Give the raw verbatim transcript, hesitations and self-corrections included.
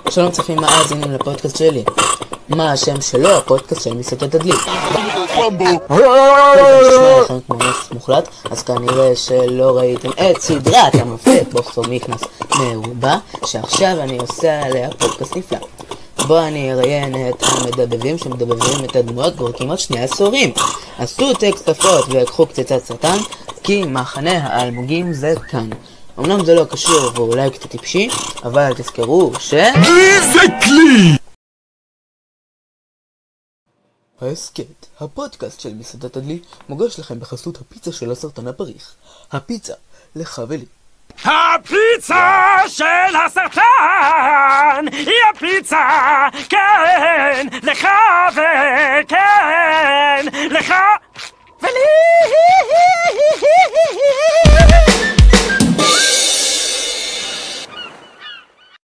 שלום צופים מאזינים לפודקאסט שלי. מה השם שלו? הפודקאסט של מסעדת הדלי. כמו נס מוחלט, אז כנראה שלא ראיתם את סדרת המופת בוקסור מיקנס מרובה, שעכשיו אני עושה עליה פודקאסט נפלא. בו אני אראיין את המדבבים שמדבבים את הדמויות כבר כמעט שני עשורים. עשו טקסט תפות ויקחו קצצת סרטן, כי מחנה האלמוגים זה כאן. אמנם זה לא קשור ואולי קצת טיפשי, אבל תזכרו ש... איזה כלי! ההסקט, הפודקאסט של מסעדת הדלי, מוגש לכם בחסות הפיצה של הסרטן הפריך. הפיצה, לך ולי. הפיצה של הסרטן היא הפיצה, כן, לך וכן, לך ולי.